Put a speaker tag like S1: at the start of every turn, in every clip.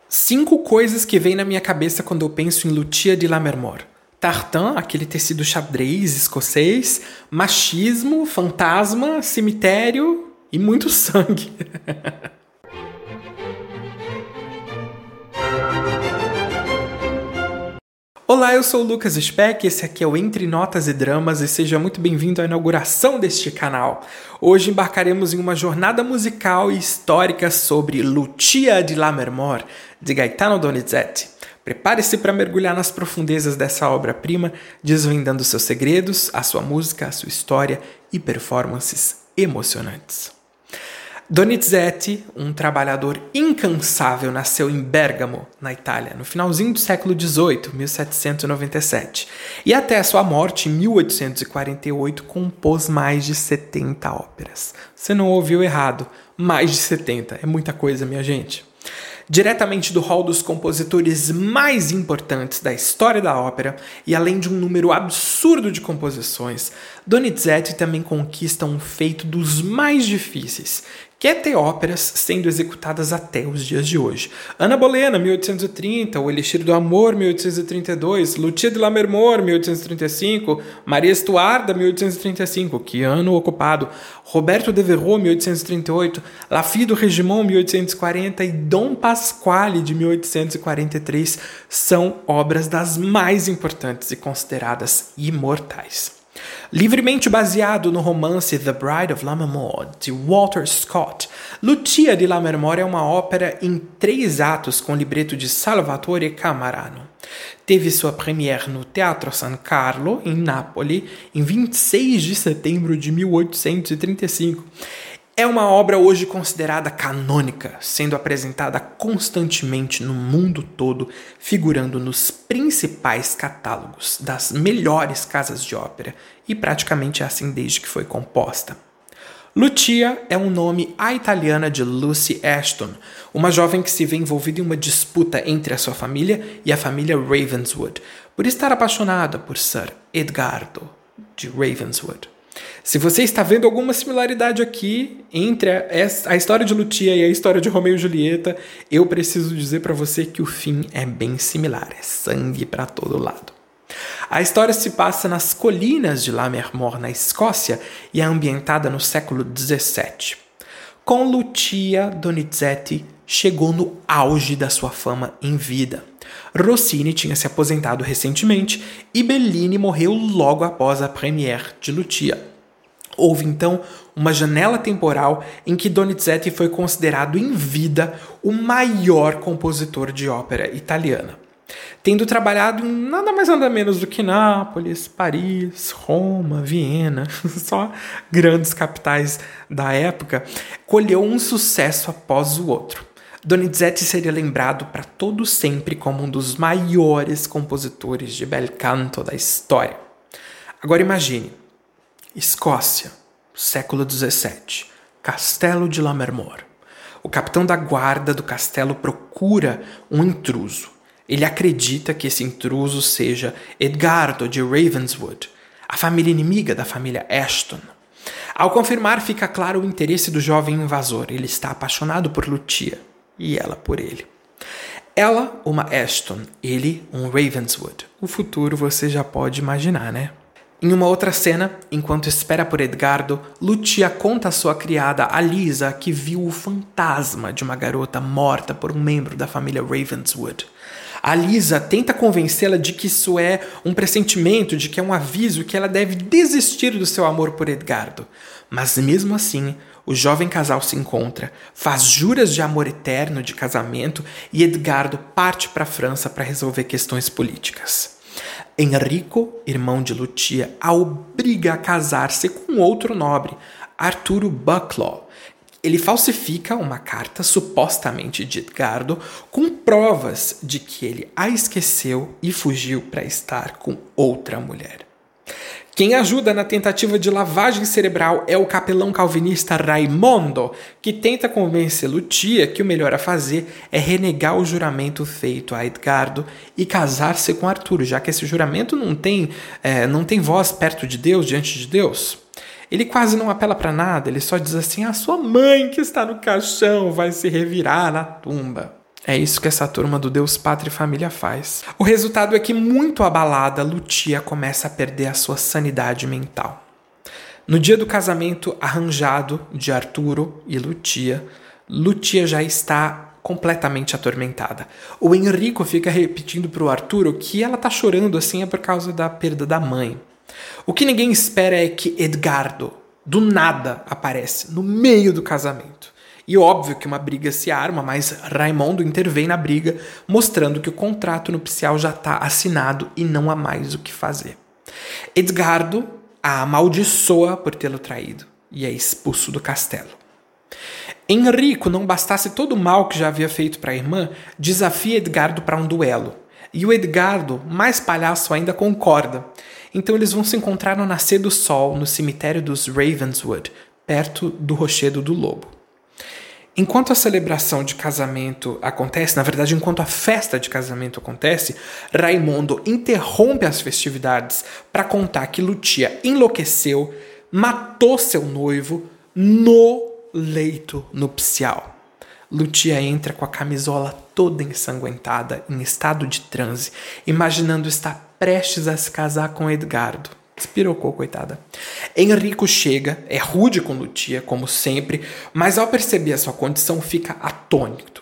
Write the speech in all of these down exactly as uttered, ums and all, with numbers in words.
S1: Cinco coisas que vêm na minha cabeça quando eu penso em Lucia de Lammermoor. Tartan, aquele tecido xadrez escocês, machismo, fantasma, cemitério e muito sangue. Olá, eu sou o Lucas Speck, esse aqui é o Entre Notas e Dramas e seja muito bem-vindo à inauguração deste canal. Hoje embarcaremos em uma jornada musical e histórica sobre Lucia de Lammermoor, de Gaetano Donizetti. Prepare-se para mergulhar nas profundezas dessa obra-prima, desvendando seus segredos, a sua música, a sua história e performances emocionantes. Donizetti, um trabalhador incansável, nasceu em Bergamo, na Itália, no finalzinho do século dezoito, mil setecentos e noventa e sete, e até a sua morte, em mil oitocentos e quarenta e oito, compôs mais de setenta óperas. Você não ouviu errado, mais de setenta, é muita coisa, minha gente. Diretamente do hall dos compositores mais importantes da história da ópera, e além de um número absurdo de composições, Donizetti também conquista um feito dos mais difíceis, que é ter óperas sendo executadas até os dias de hoje. Ana Bolena, mil oitocentos e trinta, O Elixir do Amor, mil oitocentos e trinta e dois, Lucia de Lammermoor, mil oitocentos e trinta e cinco, Maria Stuarda, mil oitocentos e trinta e cinco, Que Ano Ocupado, Roberto Devereux, mil oitocentos e trinta e oito, La Fille du Régiment, mil oitocentos e quarenta e Dom Pasquale, de mil oitocentos e quarenta e três, são obras das mais importantes e consideradas imortais. Livremente baseado no romance The Bride of Lammermoor, de Walter Scott, Lucia di Lammermoor é uma ópera em três atos com libreto de Salvatore Camarano. Teve sua premiere no Teatro San Carlo, em Nápoles, em vinte e seis de setembro de mil oitocentos e trinta e cinco. É uma obra hoje considerada canônica, sendo apresentada constantemente no mundo todo, figurando nos principais catálogos das melhores casas de ópera, e praticamente é assim desde que foi composta. Lucia é um nome à italiana de Lucy Ashton, uma jovem que se vê envolvida em uma disputa entre a sua família e a família Ravenswood, por estar apaixonada por Sir Edgardo de Ravenswood. Se você está vendo alguma similaridade aqui entre a, a história de Lucia e a história de Romeu e Julieta, eu preciso dizer para você que o fim é bem similar, é sangue para todo lado. A história se passa nas colinas de Lammermoor, na Escócia, e é ambientada no século dezessete. Com Lucia, Donizetti chegou no auge da sua fama em vida. Rossini tinha se aposentado recentemente e Bellini morreu logo após a premiere de Lucia. Houve então uma janela temporal em que Donizetti foi considerado em vida o maior compositor de ópera italiana, tendo trabalhado em nada mais nada menos do que Nápoles, Paris, Roma, Viena, só grandes capitais da época, colheu um sucesso após o outro. Donizetti seria lembrado para todo sempre como um dos maiores compositores de bel canto da história. Agora imagine, Escócia, século dezessete, Castelo de Lammermoor. O capitão da guarda do castelo procura um intruso. Ele acredita que esse intruso seja Edgardo de Ravenswood, a família inimiga da família Ashton. Ao confirmar, fica claro o interesse do jovem invasor. Ele está apaixonado por Lucia e ela por ele. Ela, uma Ashton, ele, um Ravenswood. O futuro você já pode imaginar, né? Em uma outra cena, enquanto espera por Edgardo, Lucia conta à sua criada Alisa que viu o fantasma de uma garota morta por um membro da família Ravenswood. Alisa tenta convencê-la de que isso é um pressentimento, de que é um aviso, que ela deve desistir do seu amor por Edgardo. Mas mesmo assim, o jovem casal se encontra, faz juras de amor eterno de casamento e Edgardo parte para a França para resolver questões políticas. Enrico, irmão de Lucia, a obriga a casar-se com outro nobre, Arturo Bucklaw. Ele falsifica uma carta supostamente de Edgardo com provas de que ele a esqueceu e fugiu para estar com outra mulher. Quem ajuda na tentativa de lavagem cerebral é o capelão calvinista Raimondo, que tenta convencer Lucia que o melhor a fazer é renegar o juramento feito a Edgardo e casar-se com Arturo, já que esse juramento não tem, é, não tem voz perto de Deus, diante de Deus. Ele quase não apela para nada, ele só diz assim: a sua mãe que está no caixão vai se revirar na tumba. É isso que essa turma do Deus, Pátria e Família faz. O resultado é que, muito abalada, Lucia começa a perder a sua sanidade mental. No dia do casamento arranjado de Arturo e Lucia, Lucia já está completamente atormentada. O Enrico fica repetindo para o Arturo que ela está chorando assim é por causa da perda da mãe. O que ninguém espera é que Edgardo, do nada, aparece no meio do casamento. E óbvio que uma briga se arma, mas Raimondo intervém na briga, mostrando que o contrato nupcial já está assinado e não há mais o que fazer. Edgardo a amaldiçoa por tê-lo traído e é expulso do castelo. Enrico, não bastasse todo o mal que já havia feito para a irmã, desafia Edgardo para um duelo. E o Edgardo, mais palhaço ainda, concorda. Então eles vão se encontrar no nascer do sol, no cemitério dos Ravenswood, perto do Rochedo do Lobo. Enquanto a celebração de casamento acontece, na verdade, enquanto a festa de casamento acontece, Raimondo interrompe as festividades para contar que Lucia enlouqueceu, matou seu noivo no leito nupcial. Lucia entra com a camisola toda ensanguentada, em estado de transe, imaginando estar prestes a se casar com Edgardo. Espirocou, coitada. Enrico chega, é rude com Lucia, como sempre, mas ao perceber a sua condição fica atônito.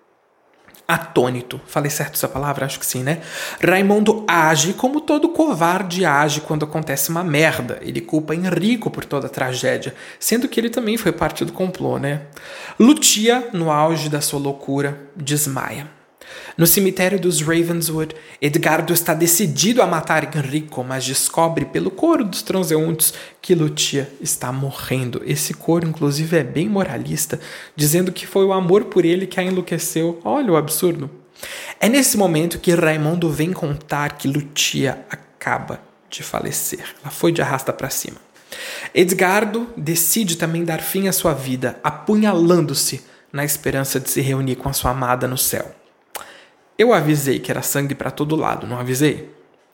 S1: Atônito. Falei certo essa palavra? Acho que sim, né? Raimondo age como todo covarde age quando acontece uma merda. Ele culpa Enrico por toda a tragédia, sendo que ele também foi parte do complô, né? Lucia, no auge da sua loucura, desmaia. No cemitério dos Ravenswood, Edgardo está decidido a matar Enrico, mas descobre pelo coro dos transeuntes que Lucia está morrendo. Esse coro, inclusive, é bem moralista, dizendo que foi o amor por ele que a enlouqueceu. Olha o absurdo. É nesse momento que Raimondo vem contar que Lucia acaba de falecer. Ela foi de arrasta para cima. Edgardo decide também dar fim à sua vida, apunhalando-se na esperança de se reunir com a sua amada no céu. Eu avisei que era sangue para todo lado, não avisei?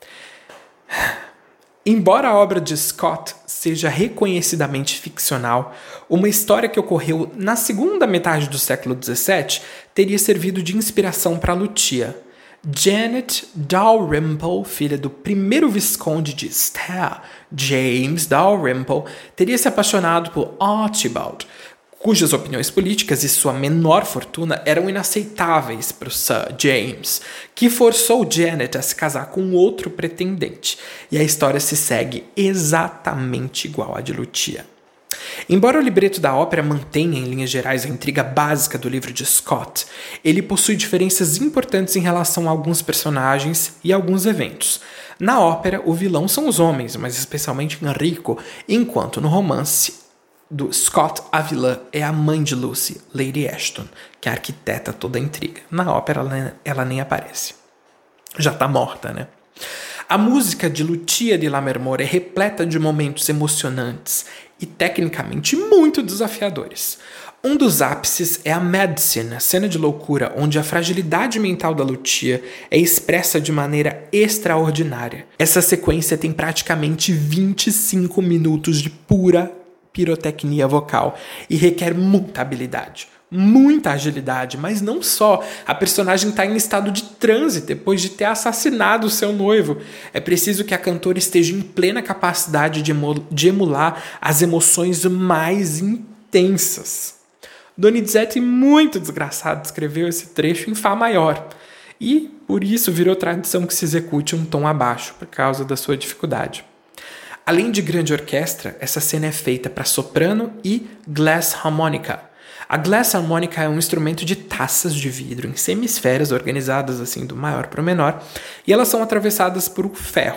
S1: Embora a obra de Scott seja reconhecidamente ficcional, uma história que ocorreu na segunda metade do século dezessete teria servido de inspiração para Lucia. Janet Dalrymple, filha do primeiro visconde de Stair, James Dalrymple, teria se apaixonado por Archibald, cujas opiniões políticas e sua menor fortuna eram inaceitáveis para o Sir James, que forçou Janet a se casar com outro pretendente, e a história se segue exatamente igual à de Lucia. Embora o libreto da ópera mantenha em linhas gerais a intriga básica do livro de Scott, ele possui diferenças importantes em relação a alguns personagens e alguns eventos. Na ópera, o vilão são os homens, mas especialmente Enrico, enquanto no romance do Scott, a vilã é a mãe de Lucy, Lady Ashton, que arquiteta toda a intriga. Na ópera ela, ela nem aparece. Já tá morta, né? A música de Lucia di Lammermoor é repleta de momentos emocionantes e tecnicamente muito desafiadores. Um dos ápices é a Medicine, a cena de loucura, onde a fragilidade mental da Lucia é expressa de maneira extraordinária. Essa sequência tem praticamente vinte e cinco minutos de pura pirotecnia vocal e requer muita habilidade, muita agilidade, mas não só. A personagem está em estado de transe depois de ter assassinado o seu noivo. É preciso que a cantora esteja em plena capacidade de, emu- de emular as emoções mais intensas. Donizetti, muito desgraçado, escreveu esse trecho em Fá maior e, por isso, virou tradição que se execute um tom abaixo, por causa da sua dificuldade. Além de grande orquestra, essa cena é feita para soprano e glass harmonica. A glass harmonica é um instrumento de taças de vidro em semisferas organizadas assim do maior para o menor, e elas são atravessadas por um ferro.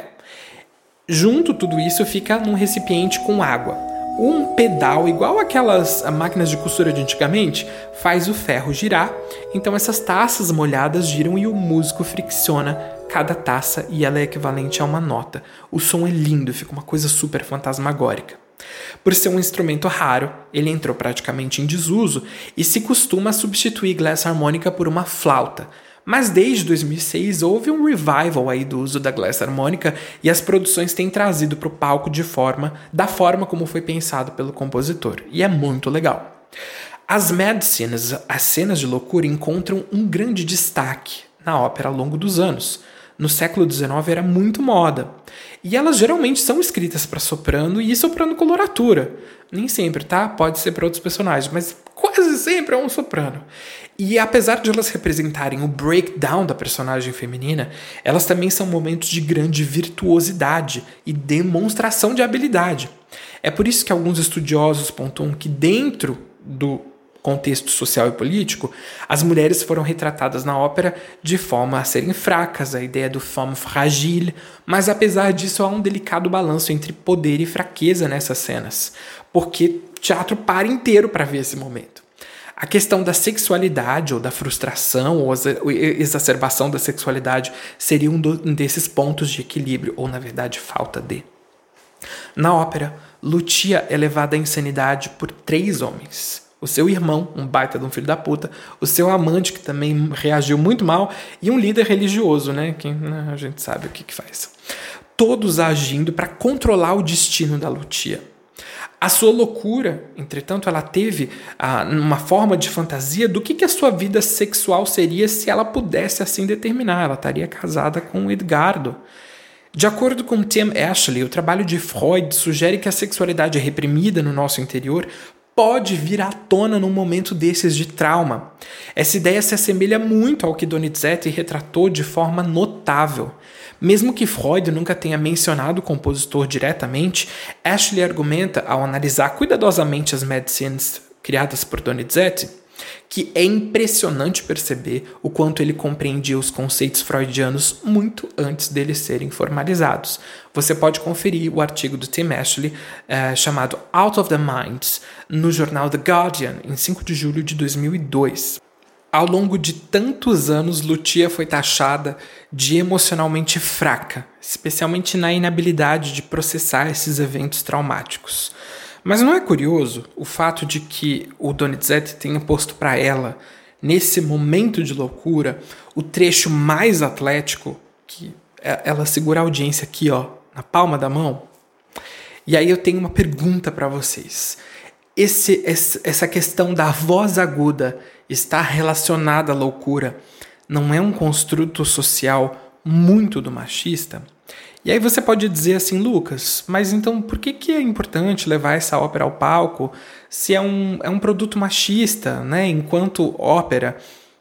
S1: Junto tudo isso fica num recipiente com água. Um pedal, igual aquelas máquinas de costura de antigamente, faz o ferro girar, então essas taças molhadas giram e o músico fricciona cada taça e ela é equivalente a uma nota. O som é lindo, fica uma coisa super fantasmagórica. Por ser um instrumento raro, ele entrou praticamente em desuso e se costuma substituir glass harmonica por uma flauta. Mas desde dois mil e seis houve um revival aí do uso da glass harmonica e as produções têm trazido para o palco de forma, da forma como foi pensado pelo compositor. E é muito legal. As mad scenes, as cenas de loucura, encontram um grande destaque na ópera ao longo dos anos. No século dezenove era muito moda. E elas geralmente são escritas para soprano e soprano coloratura. Nem sempre, tá? Pode ser para outros personagens, mas quase sempre é um soprano. E apesar de elas representarem o breakdown da personagem feminina, elas também são momentos de grande virtuosidade e demonstração de habilidade. É por isso que alguns estudiosos pontuam que dentro do contexto social e político, as mulheres foram retratadas na ópera de forma a serem fracas, a ideia do femme fragile, mas apesar disso há um delicado balanço entre poder e fraqueza nessas cenas, porque teatro para inteiro para ver esse momento. A questão da sexualidade ou da frustração ou a exacerbação da sexualidade seria um, do, um desses pontos de equilíbrio, ou na verdade falta de. Na ópera, Lucia é levada à insanidade por três homens. O seu irmão, um baita de um filho da puta, o seu amante, que também reagiu muito mal, e um líder religioso, né? Que né, a gente sabe o que, que faz. Todos agindo para controlar o destino da Lucia. A sua loucura, entretanto, ela teve ah, uma forma de fantasia do que, que a sua vida sexual seria se ela pudesse assim determinar. Ela estaria casada com o Edgardo. De acordo com Tim Ashley, o trabalho de Freud sugere que a sexualidade reprimida no nosso interior pode vir à tona num momento desses de trauma. Essa ideia se assemelha muito ao que Donizetti retratou de forma notável. Mesmo que Freud nunca tenha mencionado o compositor diretamente, Ashley argumenta, ao analisar cuidadosamente as mad scenes criadas por Donizetti, que é impressionante perceber o quanto ele compreendia os conceitos freudianos muito antes deles serem formalizados. Você pode conferir o artigo do Tim Ashley eh, chamado Out of the Minds no jornal The Guardian, em cinco de julho de dois mil e dois. Ao longo de tantos anos, Lucia foi taxada de emocionalmente fraca, especialmente na inabilidade de processar esses eventos traumáticos. Mas não é curioso o fato de que o Donizetti tenha posto para ela, nesse momento de loucura, o trecho mais atlético, que ela segura a audiência aqui, ó, na palma da mão? E aí eu tenho uma pergunta para vocês. Esse, essa questão da voz aguda estar relacionada à loucura não é um construto social muito do machista? E aí você pode dizer assim, Lucas, mas então por que, que é importante levar essa ópera ao palco se é um, é um produto machista, né? Enquanto ópera?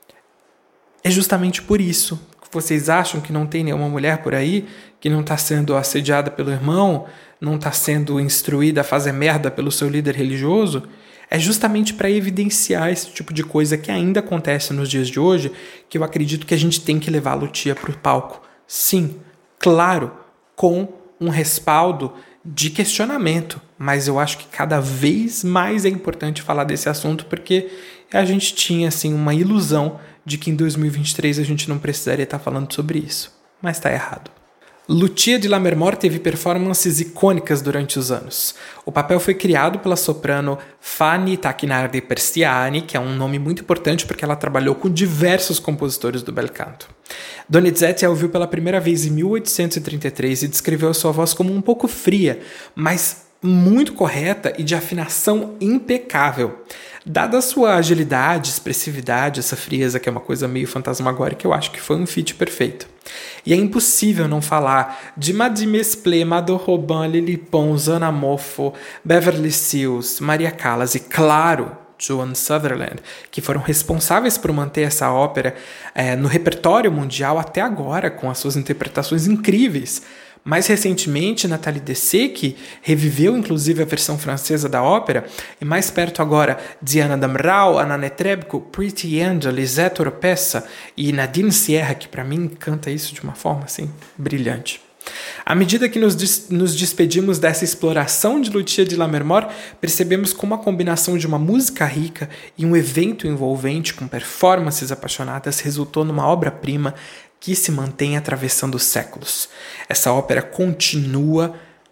S1: É justamente por isso. Vocês acham que não tem nenhuma mulher por aí que não está sendo assediada pelo irmão, não está sendo instruída a fazer merda pelo seu líder religioso? É justamente para evidenciar esse tipo de coisa que ainda acontece nos dias de hoje que eu acredito que a gente tem que levar a Lucia para o palco. Sim, claro, com um respaldo de questionamento, mas eu acho que cada vez mais é importante falar desse assunto porque a gente tinha assim uma ilusão de que em dois mil e vinte e três a gente não precisaria estar falando sobre isso, mas está errado. Lucia di Lammermoor teve performances icônicas durante os anos. O papel foi criado pela soprano Fanny Tacchinardi Persiani, que é um nome muito importante porque ela trabalhou com diversos compositores do bel canto. Donizetti a ouviu pela primeira vez em mil oitocentos e trinta e três e descreveu a sua voz como um pouco fria, mas muito correta e de afinação impecável. Dada a sua agilidade, expressividade, essa frieza que é uma coisa meio fantasmagórica, eu acho que foi um feat perfeito. E é impossível não falar de Madame Esplé, Mado Robin, Lily Pons, Anna Moffo, Beverly Sills, Maria Callas e, claro, Joan Sutherland, que foram responsáveis por manter essa ópera é, no repertório mundial até agora, com as suas interpretações incríveis. Mais recentemente, Nathalie Dessay, que reviveu inclusive a versão francesa da ópera, e mais perto agora, Diana Damrau, Anna Netrebko, Pretty Angel, Lisette Oropesa e Nadine Sierra, que para mim canta isso de uma forma assim brilhante. À medida que nos, des- nos despedimos dessa exploração de Lucia di Lammermoor, percebemos como a combinação de uma música rica e um evento envolvente com performances apaixonadas resultou numa obra-prima que se mantém atravessando os séculos. Essa ópera continua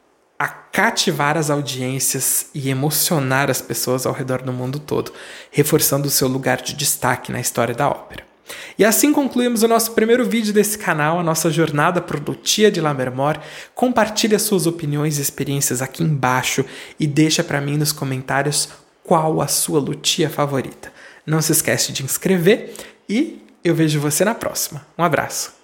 S1: a cativar as audiências e emocionar as pessoas ao redor do mundo todo, reforçando o seu lugar de destaque na história da ópera. E assim concluímos o nosso primeiro vídeo desse canal, a nossa jornada por Lucia di Lammermoor. Compartilhe as suas opiniões e experiências aqui embaixo e deixa para mim nos comentários qual a sua lutia favorita. Não se esquece de inscrever e eu vejo você na próxima. Um abraço.